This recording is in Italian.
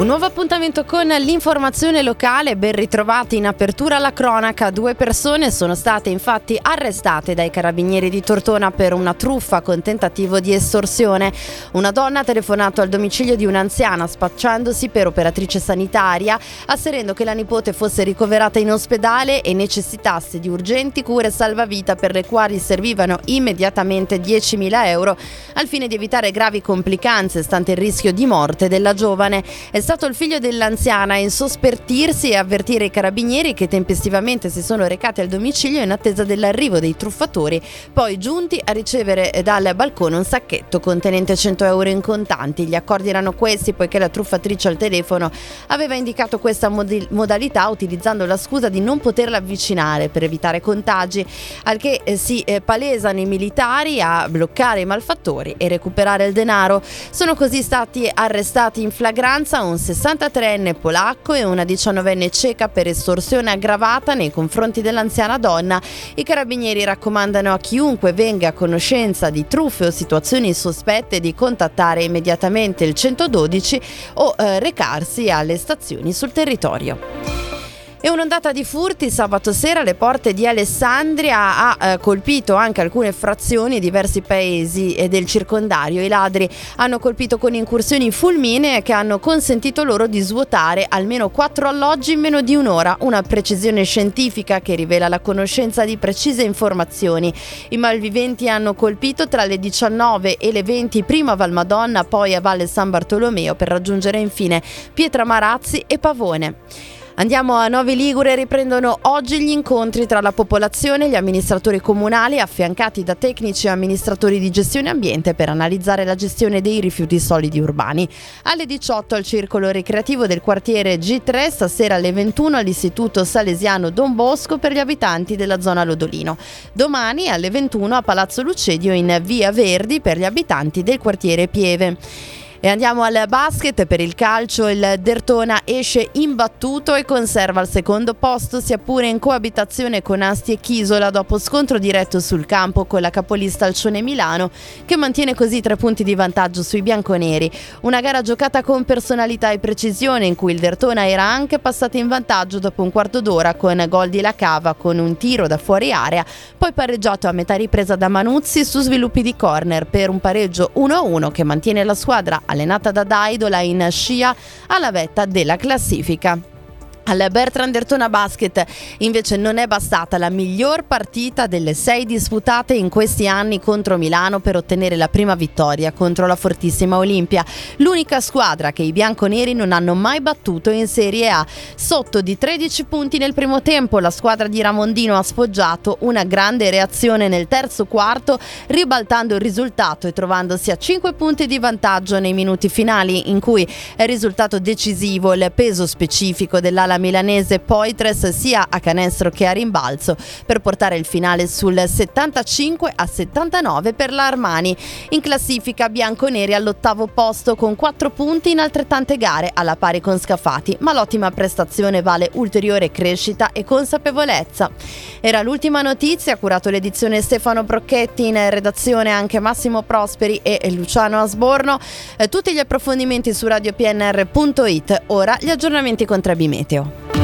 Un nuovo appuntamento con l'informazione locale, ben ritrovati in apertura alla cronaca. 2 persone sono state infatti arrestate dai carabinieri di Tortona per una truffa con tentativo di estorsione. Una donna ha telefonato al domicilio di un'anziana spacciandosi per operatrice sanitaria, asserendo che la nipote fosse ricoverata in ospedale e necessitasse di urgenti cure salvavita per le quali servivano immediatamente 10.000 euro al fine di evitare gravi complicanze, stante il rischio di morte della giovane. È stato il figlio dell'anziana a insospertirsi e avvertire i carabinieri, che tempestivamente si sono recati al domicilio in attesa dell'arrivo dei truffatori, poi giunti a ricevere dal balcone un sacchetto contenente 100 euro in contanti. Gli accordi erano questi, poiché la truffatrice al telefono aveva indicato questa modalità utilizzando la scusa di non poterla avvicinare per evitare contagi, al che si palesano i militari a bloccare i malfattori e recuperare il denaro. Sono così stati arrestati in flagranza un 63enne polacco e una 19enne ceca per estorsione aggravata nei confronti dell'anziana donna. I carabinieri raccomandano a chiunque venga a conoscenza di truffe o situazioni sospette di contattare immediatamente il 112 o recarsi alle stazioni sul territorio. E un'ondata di furti sabato sera alle porte di Alessandria ha colpito anche alcune frazioni e diversi paesi del circondario. I ladri hanno colpito con incursioni fulminee che hanno consentito loro di svuotare almeno 4 alloggi in meno di un'ora, una precisione scientifica che rivela la conoscenza di precise informazioni. I malviventi hanno colpito tra le 19 e le 20 prima a Valmadonna, poi a Valle San Bartolomeo, per raggiungere infine Pietramarazzi e Pavone. Andiamo a Novi Ligure. Riprendono oggi gli incontri tra la popolazione e gli amministratori comunali, affiancati da tecnici e amministratori di gestione ambiente, per analizzare la gestione dei rifiuti solidi urbani. Alle 18 al circolo ricreativo del quartiere G3, stasera alle 21 all'Istituto Salesiano Don Bosco per gli abitanti della zona Lodolino. Domani alle 21 a Palazzo Lucedio in Via Verdi per gli abitanti del quartiere Pieve. E andiamo al basket. Per il calcio il Derthona esce imbattuto e conserva il secondo posto, sia pure in coabitazione con Asti e Chisola, dopo scontro diretto sul campo con la capolista Alcione Milano, che mantiene così 3 punti di vantaggio sui bianconeri. Una gara giocata con personalità e precisione, in cui il Derthona era anche passato in vantaggio dopo un quarto d'ora con gol di Lacava con un tiro da fuori area, poi pareggiato a metà ripresa da Manuzzi su sviluppi di corner per un pareggio 1-1 che mantiene la squadra allenata da Daidola in scia alla vetta della classifica. Al Bertrand Derthona Basket invece non è bastata la miglior partita delle 6 disputate in questi anni contro Milano per ottenere la prima vittoria contro la fortissima Olimpia, l'unica squadra che i bianconeri non hanno mai battuto in Serie A. Sotto di 13 punti nel primo tempo, la squadra di Ramondino ha sfoggiato una grande reazione nel terzo quarto, ribaltando il risultato e trovandosi a 5 punti di vantaggio nei minuti finali, in cui è risultato decisivo il peso specifico dell'ala milanese Poitres sia a canestro che a rimbalzo, per portare il finale sul 75-79 per la Armani. In classifica bianconeri all'8° posto con 4 punti in altrettante gare, alla pari con Scafati, ma l'ottima prestazione vale ulteriore crescita e consapevolezza. Era l'ultima notizia, ha curato l'edizione Stefano Brocchetti, in redazione anche Massimo Prosperi e Luciano Asborno. Tutti gli approfondimenti su radiopnr.it. Ora gli aggiornamenti con Trebi Meteo.